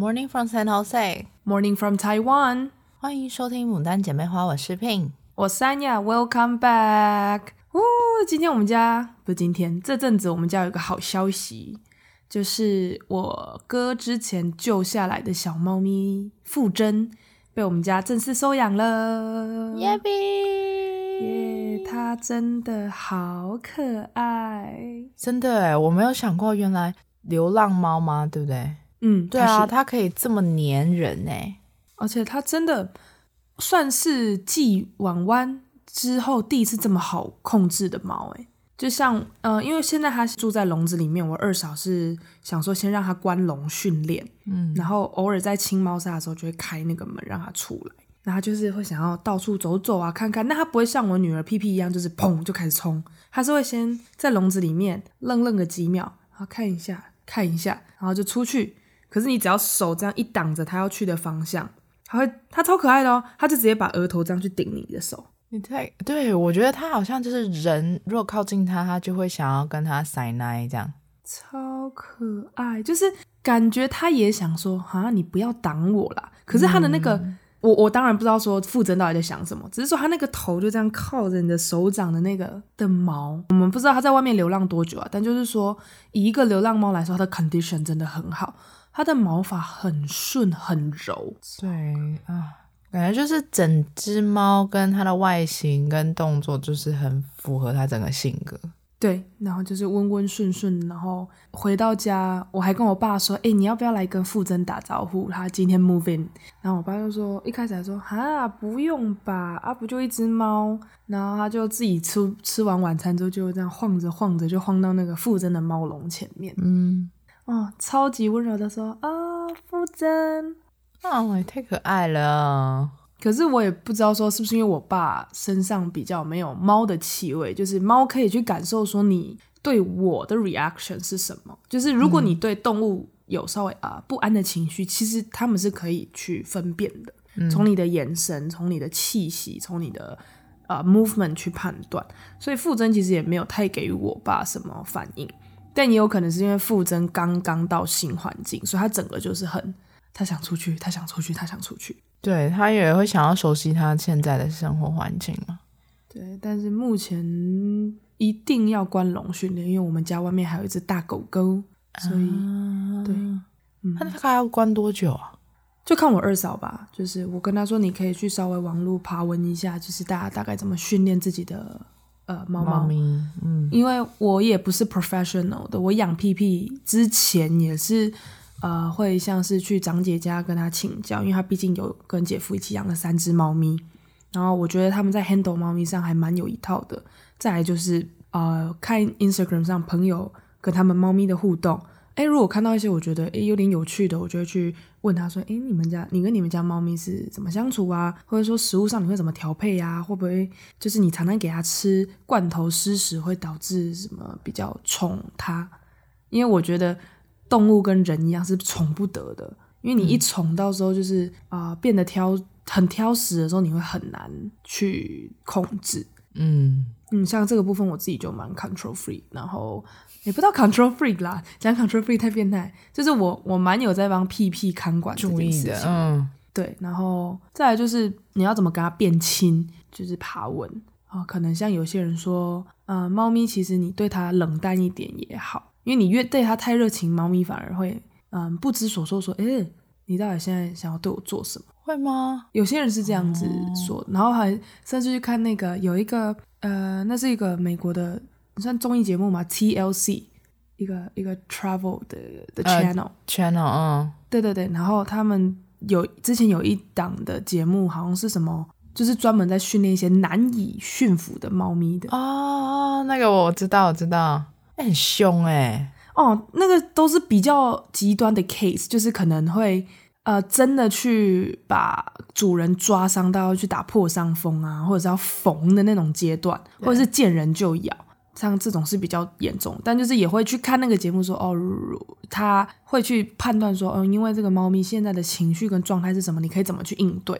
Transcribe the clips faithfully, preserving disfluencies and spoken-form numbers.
Morning from San Jose， Morning from Taiwan， 欢迎收听牡丹姐妹花，我是 Pin， 我三亚 Welcome back。哦，今天我们家不是今天，这阵子我们家有一个好消息，就是我哥之前救下来的小猫咪傅真被我们家正式收养了。 耶比耶，它真的好可爱， 真的耶，我没有想过原来流浪猫吗？对不对？ 嗯， 对啊，它可以这么黏人耶， 而且它真的算是继婉婉之后第一次这么好控制的猫耶。就像呃，因为现在它住在笼子里面，我二嫂是想说先让它关笼训练，嗯，然后偶尔在清猫砂的时候就会开那个门让它出来，那它就是会想要到处走走啊看看，那它不会像我女儿屁屁一样就是砰就开始冲，它是会先在笼子里面愣愣个几秒，然后看一下看一下，然后就出去。可是你只要手这样一挡着它要去的方向，它会它超可爱的哦，它就直接把额头这样去顶你的手。 你太对，我觉得它好像就是人如果靠近它，它就会想要跟它塞奶这样， 超可爱，就是感觉它也想说啊你不要挡我啦，可是它的那个、嗯、我我当然不知道说傅真到底在想什么，只是说它那个头就这样靠着你的手掌的那个的毛，我们不知道它在外面流浪多久啊，但就是说以一个流浪猫来说，它的 condition 真的很好，它的毛发很顺很柔。 对啊，感觉就是整只猫跟它的外形跟动作就是很符合它整个性格。 对，然后就是温温顺顺，然后回到家我还跟我爸说，哎、欸，你要不要来跟傅真打招呼，他今天 move in。 然后我爸就说，一开始还说哈不用吧，啊不就一只猫，然后他就自己吃吃完晚餐之后就这样晃着晃着就晃到那个傅真的猫笼前面，嗯哦，超级温柔的说啊傅真哦，也太可爱了。 可是我也不知道说是不是因为我爸身上比较没有猫的气味，就是猫可以去感受说你对我的 reaction 是什么，就是如果你对动物有稍微、呃、不安的情绪，其实他们是可以去分辨的，嗯、从你的眼神，从你的气息，从你的、呃、movement 去判断，所以傅真其实也没有太给予我爸什么反应，但也有可能是因为傅真刚刚到新环境，所以他整个就是很他想出去他想出去他想出去， 对，他也会想要熟悉他现在的生活环境嘛。 对，但是目前一定要关笼训练，因为我们家外面还有一只大狗狗，所以、啊、对、 嗯、他大概要关多久啊？ 就看我二嫂吧，就是我跟他说你可以去稍微网路爬文一下，就是大家大概怎么训练自己的呃猫猫咪，嗯，因为我也不是 professional 的，我养屁屁之前也是呃，会像是去长姐家跟他请教，因为他毕竟有跟姐夫一起养了三只猫咪，然后我觉得他们在 handle 猫咪上还蛮有一套的。再来就是呃，看 Instagram 上朋友跟他们猫咪的互动，诶，如果看到一些我觉得诶有点有趣的，我就会去问他说，诶，你们家你跟你们家猫咪是怎么相处啊？或者说食物上你会怎么调配啊？会不会就是你常常给它吃罐头湿食会导致什么比较宠它？因为我觉得动物跟人一样是宠不得的，因为你一宠到时候就是啊、呃、变得挑很挑食的时候，你会很难去控制。嗯嗯，像这个部分我自己就蛮 control free， 然后也不到 control free 啦，讲 control free 太变态，就是我我蛮有在帮屁屁看管这件事情的，嗯，对，然后再来就是你要怎么跟它变亲，就是爬文啊、呃，可能像有些人说，呃，猫咪其实你对它冷淡一点也好。因为你越对它太热情，猫咪反而会嗯不知所措，说诶你到底现在想要对我做什么？ 会吗？ 有些人是这样子说、哦、然后还甚至去看那个有一个呃那是一个美国的算综艺节目嘛 T L C 一个一个 travel 的的 channel、呃、 channel 嗯， 对对对，然后他们有之前有一档的节目好像是什么，就是专门在训练一些难以驯服的猫咪的哦，那个我知道我知道，很凶哎、欸， 哦，那个都是比较极端的 case， 就是可能会呃真的去把主人抓伤到要去打破伤风啊，或者是要缝的那种阶段，或者是见人就咬，像这种是比较严重，但就是也会去看那个节目说哦，他会去判断说哦，因为这个猫咪现在的情绪跟状态是什么，你可以怎么去应对，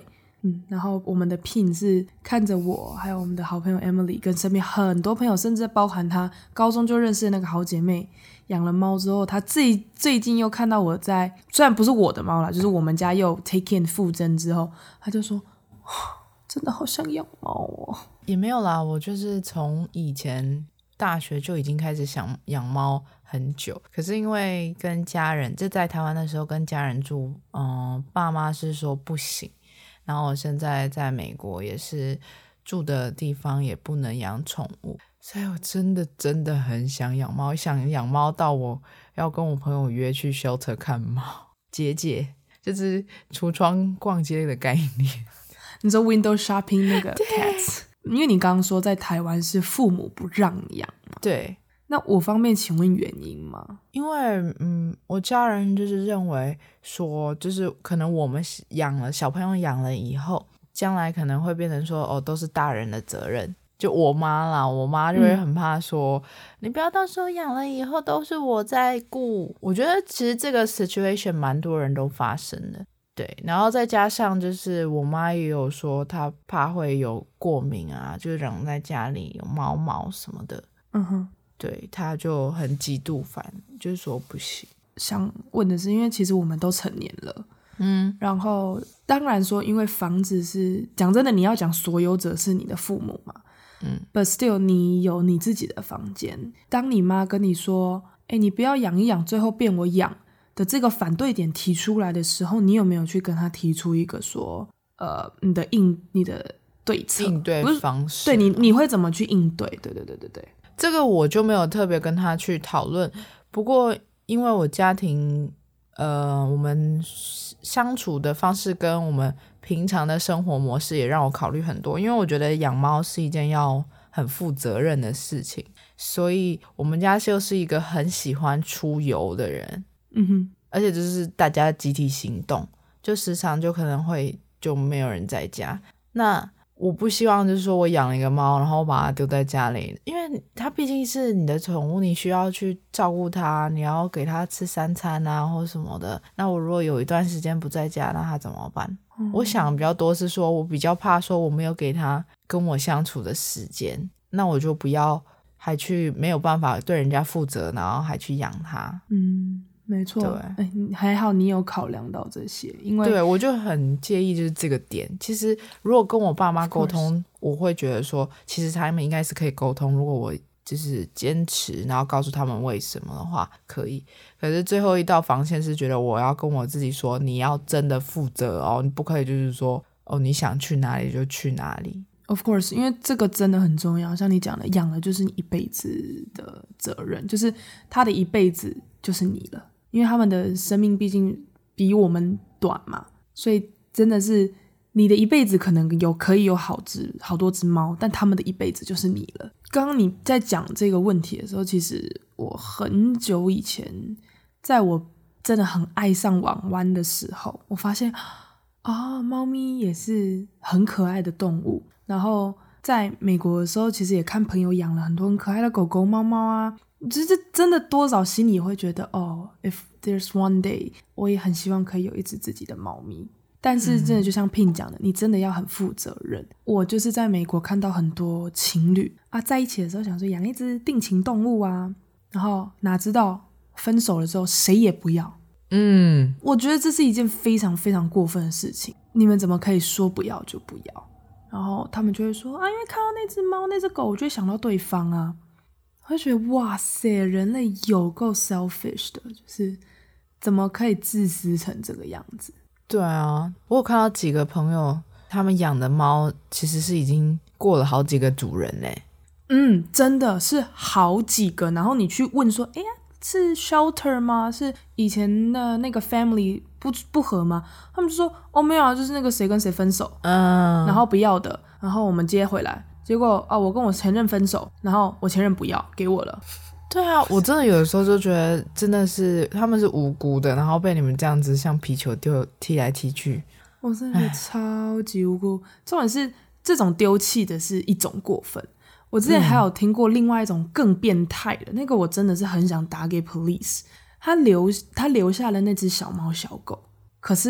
嗯，然后我们的 Pin 是看着我还有我们的好朋友 Emily 跟身边很多朋友，甚至包含她高中就认识的那个好姐妹养了猫之后，她最最近又看到我在，虽然不是我的猫啦，就是我们家又 take in 复征之后，她就说真的好想养猫哦。 也没有啦，我就是从以前大学就已经开始想养猫很久，可是因为跟家人就在台湾的时候跟家人住，嗯，爸妈是说不行，然后我现在在美国也是住的地方也不能养宠物，所以我真的真的很想养猫，想养猫到我要跟我朋友约去 shelter 看猫，姐姐就是橱窗逛街的概念。 你说 window shopping 那个 cats， 因为你刚刚说在台湾是父母不让养嘛， 对， 那我方便请问原因吗？ 因为嗯，我家人就是认为说，就是可能我们养了小朋友养了以后，将来可能会变成说哦，都是大人的责任。就我妈啦，我妈就会很怕说、嗯、你不要到时候养了以后都是我在顾。我觉得其实这个 situation 蛮多人都发生的。对，然后再加上就是我妈也有说她怕会有过敏啊，就养在家里有毛毛什么的。 嗯哼， 对，她就很极度烦，就是说不行。 想问的是，因为其实我们都成年了， 嗯， 然后当然说因为房子是讲真的，你要讲所有者是你的父母嘛， 嗯 but still 你有你自己的房间。当你妈跟你说诶你不要养一养最后变我养的这个反对点提出来的时候，你有没有去跟他提出一个说呃你的应你的对策应对方式？ 对，你你会怎么去应对？对对对对对， 这个我就没有特别跟他去讨论。不过因为我家庭呃我们相处的方式跟我们平常的生活模式也让我考虑很多，因为我觉得养猫是一件要很负责任的事情，所以我们家就是一个很喜欢出游的人。 嗯哼， 而且就是大家集体行动，就时常就可能会就没有人在家。那我不希望就是说我养了一个猫然后把它丢在家里，因为它毕竟是你的宠物，你需要去照顾它，你要给它吃三餐啊或什么的。那我如果有一段时间不在家，那它怎么办？嗯、我想比较多是说我比较怕说我没有给它跟我相处的时间，那我就不要还去没有办法对人家负责，然后还去养它。 嗯，没错，对，还好你有考量到这些，因为对我就很介意就是这个点。其实如果跟我爸妈沟通，我会觉得说其实他们应该是可以沟通，如果我就是坚持然后告诉他们为什么的话可以，可是最后一道防线是觉得我要跟我自己说你要真的负责哦，你不可以就是说哦你想去哪里就去哪里。 Of course， 因为这个真的很重要，像你讲的养了就是你一辈子的责任，就是他的一辈子就是你了，因为他们的生命毕竟比我们短嘛，所以真的是你的一辈子可能有可以有好只好多只猫，但他们的一辈子就是你了。刚刚你在讲这个问题的时候，其实我很久以前在我真的很爱上网湾的时候，我发现啊，猫咪也是很可爱的动物。然后在美国的时候，其实也看朋友养了很多很可爱的狗狗猫猫啊，就是真的多少心里会觉得哦 if there's one day 我也很希望可以有一只自己的猫咪。但是真的就像 Pin 讲的、嗯、你真的要很负责任。我就是在美国看到很多情侣啊在一起的时候想说养一只定情动物啊，然后哪知道分手了之后谁也不要。 嗯， 我觉得这是一件非常非常过分的事情，你们怎么可以说不要就不要？然后他们就会说啊，因为看到那只猫那只狗我就会想到对方啊。我会觉得哇塞，人类有够 selfish 的，就是怎么可以自私成这个样子。 对啊，我有看到几个朋友他们养的猫其实是已经过了好几个主人嘞。 嗯，真的是好几个。然后你去问说哎呀是 shelter 吗？是以前的那个 family 不不合吗？他们就说哦没有啊，就是那个谁跟谁分手， 嗯， 然后不要的，然后我们接回来，结果啊我跟我前任分手，然后我前任不要给我了。 对啊，我真的有的时候就觉得真的是他们是无辜的，然后被你们这样子像皮球丢踢来踢去， 我真的觉得超级无辜。重点是这种丢弃的是一种过分。我之前还有听过另外一种更变态的、嗯、那个我真的是很想打给 police。 他留他留下了那只小猫小狗，可是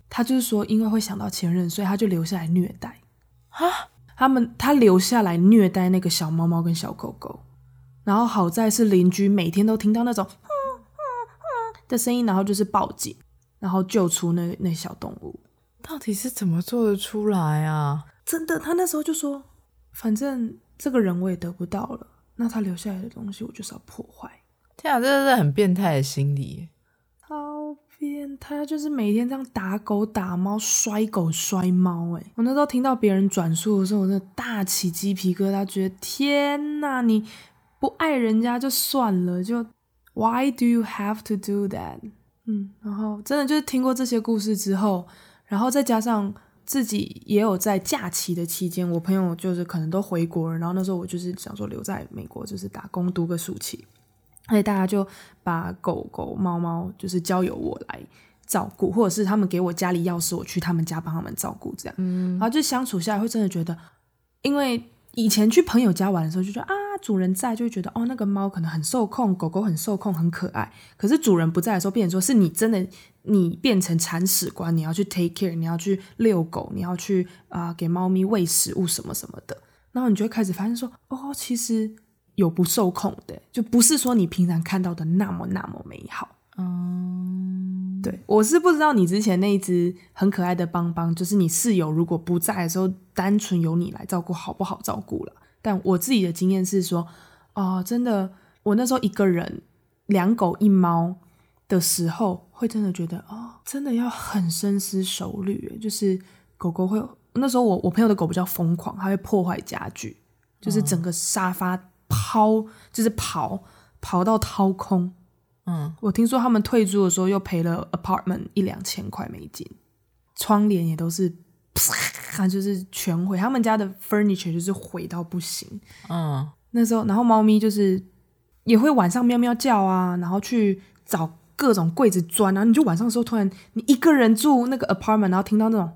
他就是说因为会想到前任，所以他就留下来虐待啊。 他们他留下来虐待那个小猫猫跟小狗狗，然后好在是邻居每天都听到那种哼哼哼的声音，然后就是报警，然后救出那那小动物。 到底是怎么做得出来啊？ 真的，他那时候就说反正这个人我也得不到了，那他留下来的东西我就是要破坏。 天啊，这是很变态的心理， 超变态，就是每天这样打狗打猫摔狗摔猫。欸我那时候听到别人转述的时候，我真的大起鸡皮疙瘩，觉得天哪，你不爱人家就算了，就 why do you have to do that？ 嗯，然后真的就是听过这些故事之后，然后再加上自己也有在假期的期间，我朋友就是可能都回国了，然后那时候我就是想说留在美国就是打工读个暑期，所以大家就把狗狗猫猫就是交由我来照顾，或者是他们给我家里钥匙，我去他们家帮他们照顾这样。嗯，然后就相处下来会真的觉得，因为以前去朋友家玩的时候就觉得啊主人在，就会觉得哦那个猫可能很受控，狗狗很受控很可爱，可是主人不在的时候变成说是你真的你变成铲屎官，你要去 take care， 你要去遛狗，你要去啊、呃、给猫咪喂食物什么什么的，然后你就会开始发现说哦其实有不受控的，就不是说你平常看到的那么那么美好。嗯，对，我是不知道你之前那一只很可爱的邦邦，就是你室友如果不在的时候，单纯由你来照顾好不好照顾了。但我自己的经验是说，哦、呃，真的，我那时候一个人两狗一猫的时候，会真的觉得哦，真的要很深思熟虑。就是狗狗会，那时候我我朋友的狗比较疯狂，它会破坏家具，就是整个沙发抛，就是刨刨到掏空。嗯，我听说他们退租的时候又赔了 apartment 一两千块美金，窗帘也都是啪，就是全毁，他们家的 furniture 就是毁到不行。嗯，那时候然后猫咪就是也会晚上喵喵叫啊，然后去找各种柜子钻，然后你就晚上的时候突然你一个人住那个 apartment， 然后听到那种，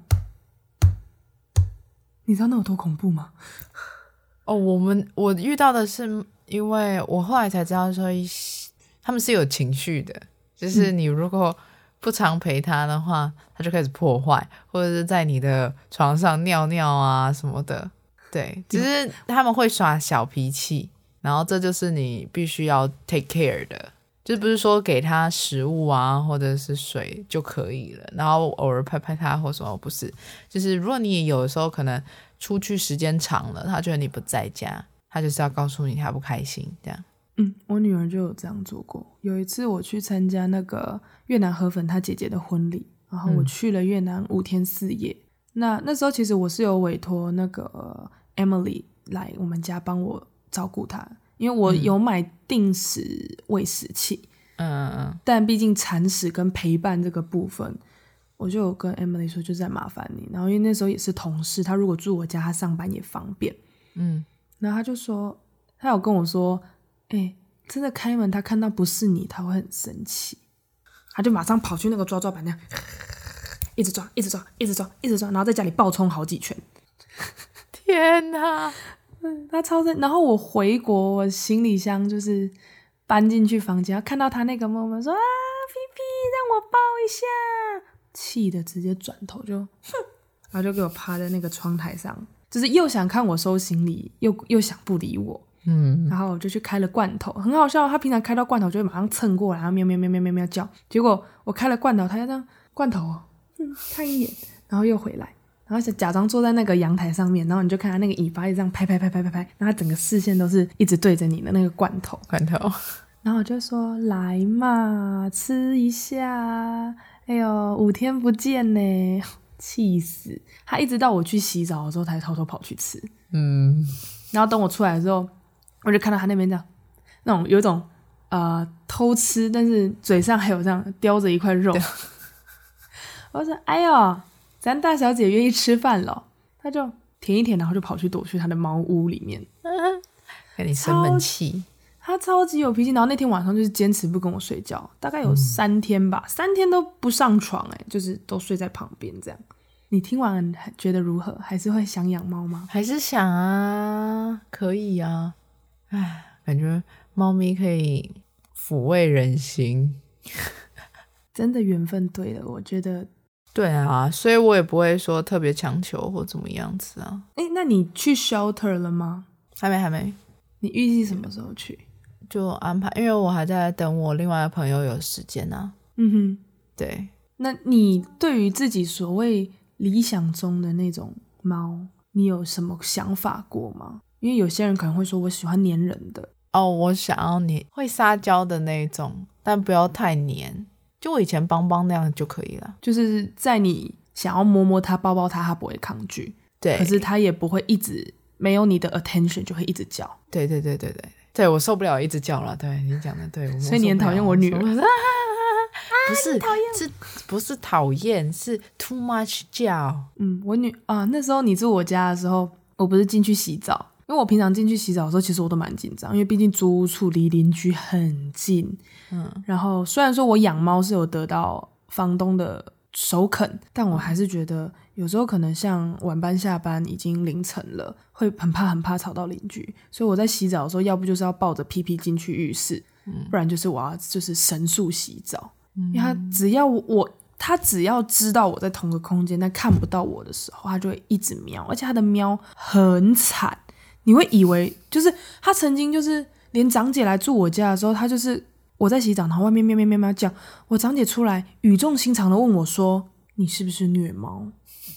你知道那有多恐怖吗？ 哦，我们我遇到的是，因为我后来才知道说他们是有情绪的，就是你如果不常陪他的话，他就开始破坏，或者是在你的床上尿尿啊什么的。对，只是他们会耍小脾气，然后这就是你必须要 take care 的，就不是说给他食物啊或者是水就可以了，然后偶尔拍拍他或什么，不是，就是如果你有的时候可能出去时间长了，他觉得你不在家，他就是要告诉你他不开心这样。 嗯，我女儿就有这样做过。有一次我去参加那个越南河粉她姐姐的婚礼，然后我去了越南五天四夜。嗯、那那时候其实我是有委托那个 Emily 来我们家帮我照顾她，因为我有买定时喂食器。嗯嗯。但毕竟铲屎跟陪伴这个部分，我就有跟 Emily 说，就在麻烦你。然后因为那时候也是同事，她如果住我家，她上班也方便。嗯。然后她就说，她有跟我说。哎、欸，真的开门他看到不是你他会很生气，他就马上跑去那个抓抓板那样一直抓一直抓一直抓一直抓，然后在家里暴冲好几圈。 天哪， 嗯，他超生。然后我回国，我行李箱就是搬进去房间，看到他那个moment说啊皮皮让我抱一下，气的直接转头就哼，然后就给我趴在那个窗台上，就是又想看我收行李，又又想不理我。嗯，然后我就去开了罐头，很好笑。他平常开到罐头就会马上蹭过来，然后喵喵喵喵喵喵叫。结果我开了罐头，他就这样罐头哦，嗯，看一眼，然后又回来，然后假装坐在那个阳台上面，然后你就看他那个尾巴一直这样拍拍拍拍拍拍，然后他整个视线都是一直对着你的那个罐头罐头。 然后我就说来嘛，吃一下。哎呦，五天不见呢，气死！他一直到我去洗澡的时候才偷偷跑去吃。嗯，然后等我出来的时候。我就看到他那边这样，那种有一种呃偷吃，但是嘴上还有这样叼着一块肉。我说：“哎呦，咱大小姐愿意吃饭了。”他就舔一舔，然后就跑去躲去他的猫屋里面， 跟你生闷气。 他超级有脾气，然后那天晚上就是坚持不跟我睡觉，大概有三天吧，嗯、三天都不上床、欸，哎，就是都睡在旁边这样。你听完觉得如何？还是会想养猫吗？ 还是想啊，可以啊。唉，感觉猫咪可以抚慰人心。 真的缘分对了，我觉得对啊，所以我也不会说特别强求或怎么样子啊。 诶，那你去 shelter 了吗？ 还没还没。 你预计什么时候去？ 就安排，因为我还在等我另外一个朋友有时间啊。 嗯哼， 对。 那你对于自己所谓理想中的那种猫，你有什么想法过吗？因为有些人可能会说我喜欢黏人的。 哦，我想要黏，会撒娇的那种，但不要太黏，就我以前邦邦那样就可以了。 就是在你想要摸摸它抱抱它，它不会抗拒， 对， 可是它也不会一直没有你的 attention 就会一直叫。 对对对对对对，我受不了一直叫了。对，你讲的对， 所以你很讨厌我女儿。 不是，是不是讨厌，是 too much 叫。 嗯，我女啊，那时候你住我家的时候，我不是进去洗澡，因为我平常进去洗澡的时候，其实我都蛮紧张，因为毕竟租屋处离邻居很近。嗯，然后虽然说我养猫是有得到房东的首肯，但我还是觉得有时候可能像晚班下班已经凌晨了，会很怕很怕吵到邻居，所以我在洗澡的时候，要不就是要抱着屁屁进去浴室，嗯，不然就是我要就是神速洗澡。因为他只要我，他只要知道我在同个空间，但看不到我的时候，他就会一直喵，而且他的喵很惨，你会以为就是他曾经就是连长姐来住我家的时候，他就是我在洗澡，然后外面喵喵喵喵叫，我长姐出来语重心长的问我说：“你是不是虐猫？”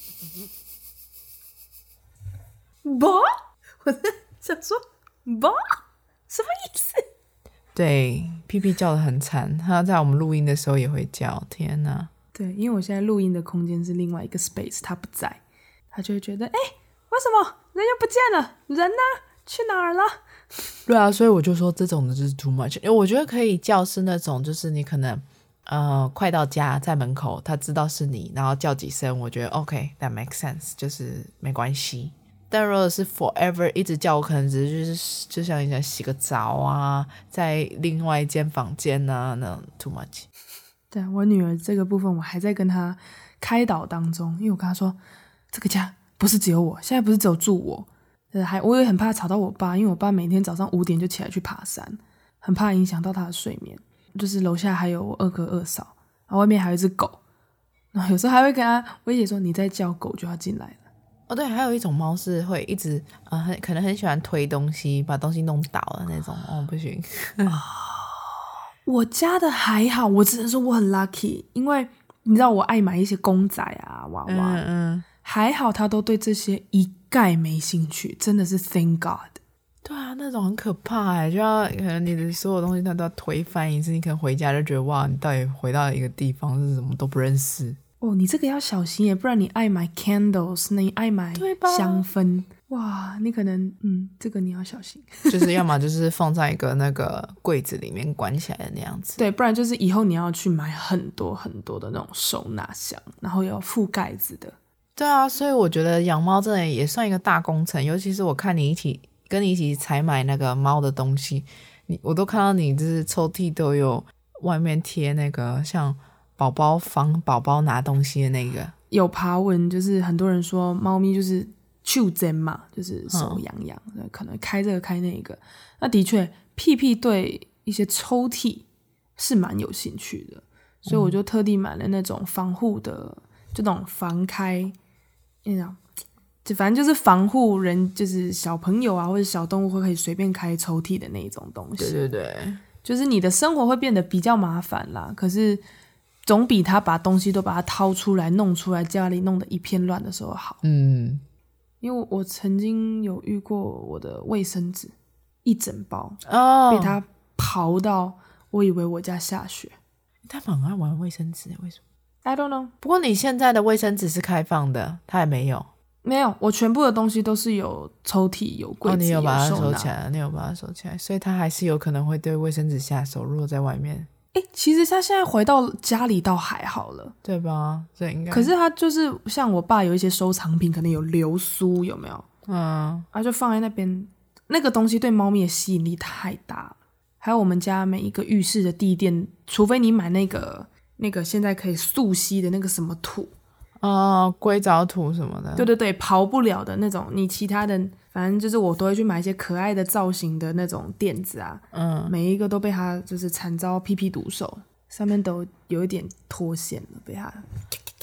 不，我在想说不，什么意思？ 对，屁屁叫得很惨，他在我们录音的时候也会叫，天哪。 对，因为我现在录音的空间是另外一个 space， 他不在，他就会觉得，哎，为什么人又不见了？人呢？去哪儿了？ 对啊，所以我就说这种的就是 too much。因为我觉得可以叫是那种，就是你可能呃快到家，在门口，他知道是你，然后叫几声，我觉得 OK，that makes sense， 就是没关系。但如果是 forever 一直叫，我可能只是就是就像你讲洗个澡啊，在另外一间房间啊，那种 too much。 对，我女儿这个部分我还在跟她开导当中，因为我跟她说这个家不是只有我，现在不是只有住我，还我也很怕吵到我爸，因为我爸每天早上五点就起来去爬山，很怕影响到他的睡眠。就是楼下还有我二哥二嫂，然后外面还有一只狗，然后有时候还会跟他威胁说你再叫狗就要进来了。 哦，对，还有一种猫是会一直呃，很可能很喜欢推东西，把东西弄倒的那种。哦，不行。 我家的还好，我只能说我很 lucky， 因为你知道我爱买一些公仔啊、娃娃，嗯嗯，还好他都对这些一概没兴趣，真的是 thank God。 对啊，那种很可怕哎，就要可能你的所有东西他都要推翻一次，你可能回家就觉得哇，你到底回到一个地方是什么都不认识。 哦，你这个要小心耶，不然你爱买 candles， 你爱买香氛，哇，你可能嗯，这个你要小心。 就是要么就是放在一个那个柜子里面关起来的那样子， 对，不然就是以后你要去买很多很多的那种收纳箱，然后有附盖子的。 对啊，所以我觉得养猫真的也算一个大工程，尤其是我看你一起跟你一起采买那个猫的东西，你我都看到你就是抽屉都有外面贴那个像宝宝防宝宝拿东西的那个。 有爬文，就是很多人说猫咪就是手贱嘛，就是手痒痒、嗯、可能开这个开那个。那的确屁屁对一些抽屉是蛮有兴趣的，所以我就特地买了那种防护的，就那种防开那种，就反正就是防护人，就是小朋友啊或者小动物会可以随便开抽屉的那种东西。 对对对， 就是你的生活会变得比较麻烦啦，可是总比他把东西都把它掏出来弄出来，家里弄得一片乱的时候好。嗯，因为我曾经有遇过我的卫生纸一整包、oh. 被他刨到，我以为我家下雪。 他们很爱玩卫生纸，为什么 I don't know。 不过你现在的卫生纸是开放的，他也没有。 没有，我全部的东西都是有抽屉有柜子、哦、 你有把它收起来，你有把它收起来，所以他还是有可能会对卫生纸下手，如果在外面。 欸，其实他现在回到家里倒还好了， 对吧？这应该。 可是他就是像我爸有一些收藏品，可能有流苏，有没有？嗯，他就放在那边，那个东西对猫咪的吸引力太大了。还有我们家每一个浴室的地垫，除非你买那个那个现在可以速吸的那个什么土。 哦，硅藻土什么的。 对对对，刨不了的那种，你其他的反正就是我都会去买一些可爱的造型的那种垫子啊，嗯，每一个都被它就是惨遭屁屁毒手，上面都有一点脱线了，被它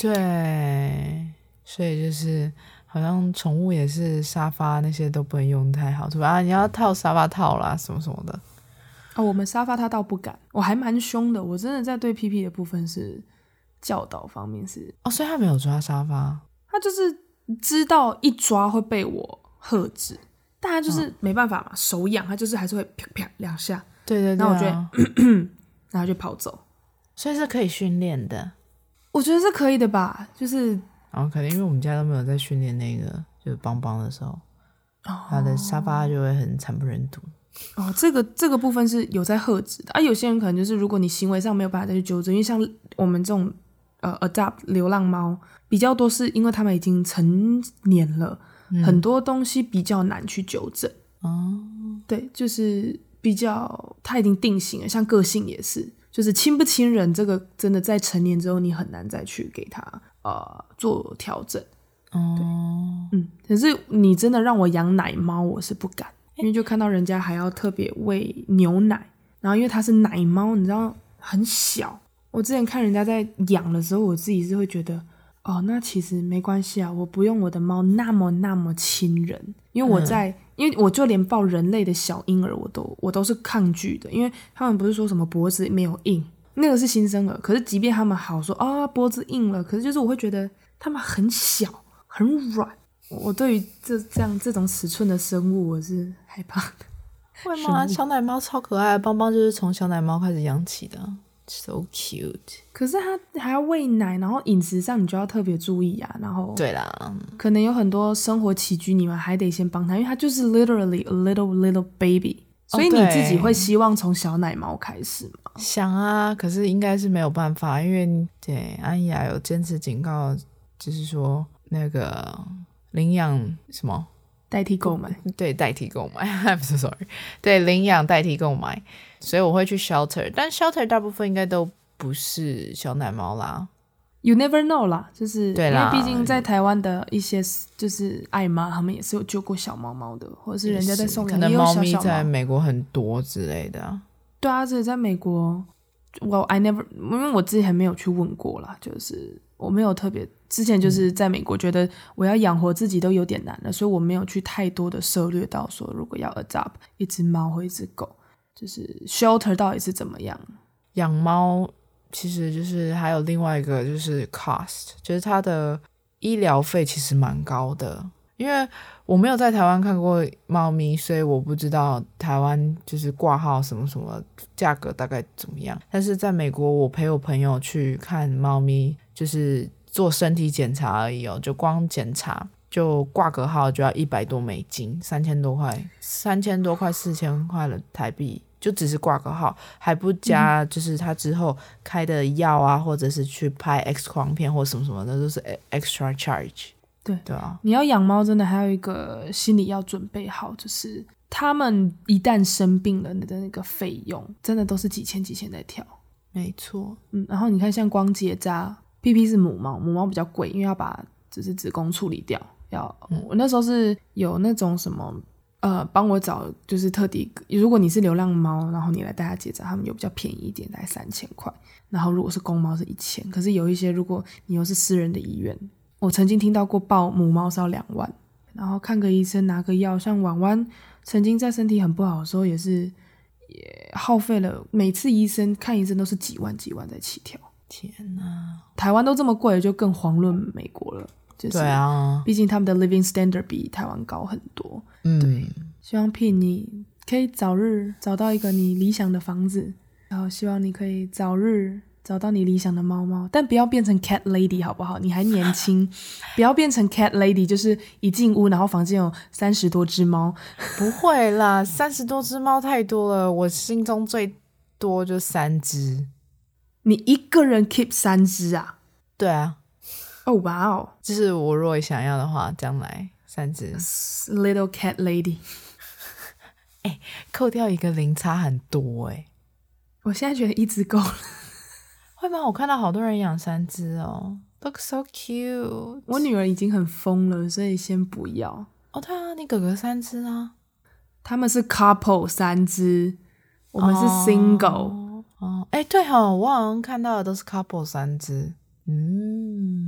对，所以就是好像宠物也是沙发那些都不能用太好，除非啊你要套沙发套啦什么什么的。 哦，我们沙发他倒不敢，我还蛮凶的，我真的在对屁屁的部分是教导方面是哦，所以他没有抓沙发， 他就是知道一抓会被我喝止，但他就是没办法嘛，手痒，他就是还是会啪啪两下， 对对对、啊， 然后我就会然后就跑走， 所以是可以训练的。 我觉得是可以的吧，就是然后可能因为我们家都没有在训练那个就是邦邦的时候，哦、他的沙发就会很惨不忍睹。 哦，这个这个部分是有在喝止的啊。有些人可能就是如果你行为上没有办法再去纠正，因为像我们这种呃 adopt 流浪猫比较多，是因为他们已经成年了，嗯、很多东西比较难去纠正。哦，对，就是比较他已经定型了，像个性也是。就是亲不亲人，这个真的在成年之后，你很难再去给他呃做调整。哦，对，嗯，可是你真的让我养奶猫，我是不敢，因为就看到人家还要特别喂牛奶，然后因为它是奶猫，你知道很小。我之前看人家在养的时候，我自己是会觉得，哦，那其实没关系啊，我不用我的猫那么那么亲人，因为我在。嗯因为我就连抱人类的小婴儿我都我都是抗拒的，因为他们不是说什么脖子没有硬，那个是新生儿，可是即便他们好说啊、哦、脖子硬了，可是就是我会觉得他们很小很软，我对于这这样这种尺寸的生物我是害怕的。 会吗？小奶猫超可爱的，邦邦就是从小奶猫开始养起的。So cute， 可是它还要喂奶，然后饮食上你就要特别注意啊。然后对啦， 可能有很多生活起居你们还得先帮它，因为它就是 literally a little little baby，、哦、所以你自己会希望从小奶猫开始吗？ 想啊，可是应该是没有办法，因为对安雅有坚持警告，就是说那个领养什么代替购买， 对，代替购买I'm so sorry， 对，领养代替购买，所以我会去 shelter， 但 shelter 大部分应该都不是小奶猫啦。 You never know 啦，就是对啦， 因为毕竟在台湾的一些就是爱妈，他们也是有救过小猫猫的，或者是人家在送养， 可能猫咪在美国很多之类的、啊。 对啊，这在美国，我 I never， 因为我之前没有去问过啦，就是我没有特别。之前就是在美国觉得我要养活自己都有点难了，所以我没有去太多的涉略到说如果要 adopt 一只猫或一只狗，就是 shelter 到底是怎么样。 养猫其实就是还有另外一个就是 cost， 就是它的医疗费其实蛮高的，因为我没有在台湾看过猫咪，所以我不知道台湾就是挂号什么什么价格大概怎么样。但是在美国我陪我朋友去看猫咪，就是做身体检查而已哦，就光检查就挂个号就要一百多美金，三千多块，三千多块四千块的台币，就只是挂个号，还不加就是他之后开的药啊，或者是去拍 X 光片或什么什么的，都是 extra charge。 对对啊， 你要养猫真的还有一个心理要准备好，就是他们一旦生病了，你的那个费用真的都是几千几千在跳。 没错， 嗯，然后你看像光结扎。P P 是母猫，母猫比较贵，因为要把就是子宫处理掉。要、嗯、我那时候是有那种什么呃，帮我找就是特地，如果你是流浪猫，然后你来带它结扎，他们有比较便宜一点，大概三千块。然后如果是公猫是一千，可是有一些如果你又是私人的医院，我曾经听到过抱母猫是要两万，然后看个医生拿个药，像婉婉曾经在身体很不好的时候也是也耗费了，每次医生看医生都是几万几万在起跳。 天哪， 台湾都这么贵了，就更遑论美国了。就是、 对啊， 毕竟他们的 living standard 比台湾高很多。 嗯， 对，希望 P 你可以早日找到一个你理想的房子，然后希望你可以早日找到你理想的猫猫，但不要变成 cat lady 好不好？你还年轻，不要变成 cat lady， 就是一进屋然后房间有三十多只猫。 不会啦，三十多只猫太多了，我心中最多就三只。 你一个人 keep 三只啊？ 对啊。 哦哇哦！ 就是我如果想要的话，将来三只 little cat lady。 哎、欸，扣掉一个零差很多哎、欸。 我现在觉得一只够了。 会吗？我看到好多人养三只哦 ，look so cute。 我女儿已经很疯了，所以先不要。 哦，对啊，你哥哥三只啊？ 他们是 couple 三只，我们是 single。 哦，哎、哦，对哦，我好像看到的都是 couple 三只。嗯。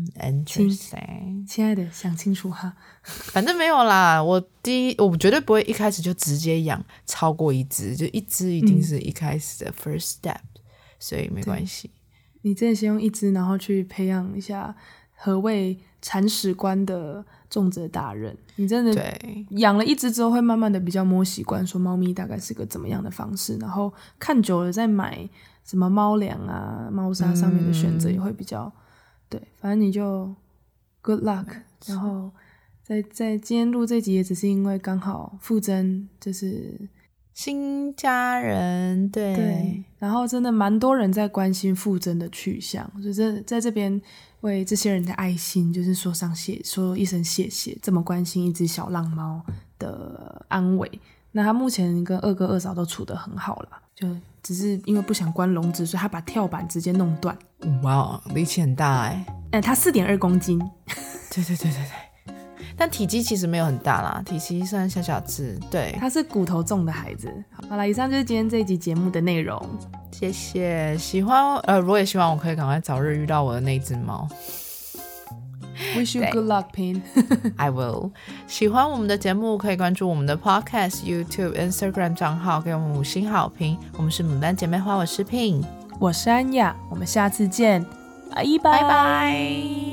嗯 ，interesting。 亲爱的，想清楚哈。 反正没有啦，我第一，我绝对不会一开始就直接养超过一只，就一只一定是一开始的 first step，、嗯、所以没关系。 你真的先用一只，然后去培养一下何谓铲屎官的重责大人。你真的养了一只之后，会慢慢的比较摸习惯，说猫咪大概是个怎么样的方式，然后看久了再买什么猫粮啊、猫砂上面的选择也会比较、嗯、对。反正你就 good luck。然后在在今天录这集也只是因为刚好馥甄就是新家人，对对，然后真的蛮多人在关心馥甄的去向，就是在这边为这些人的爱心就是说上谢说一声谢谢，这么关心一只小浪猫的安危。那他目前跟二哥二嫂都处得很好了，就只是因为不想关笼子，所以他把跳板直接弄断。 哇，力气很大哎、 欸！他四点二公斤， 对对对对对，但体积其实没有很大啦，体积算小小只。对， 他是骨头重的孩子。好了，以上就是今天这一集节目的内容。 谢谢，喜欢呃，我也希望我可以赶快早日遇到我的那只猫。 Wish you good luck, Pin. I will. 喜欢我们的节目，可以关注我们的 Podcast、YouTube、Instagram 账号，给我们五星好评。我们是牡丹姐妹花，我是 Pin， 我是安雅，我们下次见，拜拜拜。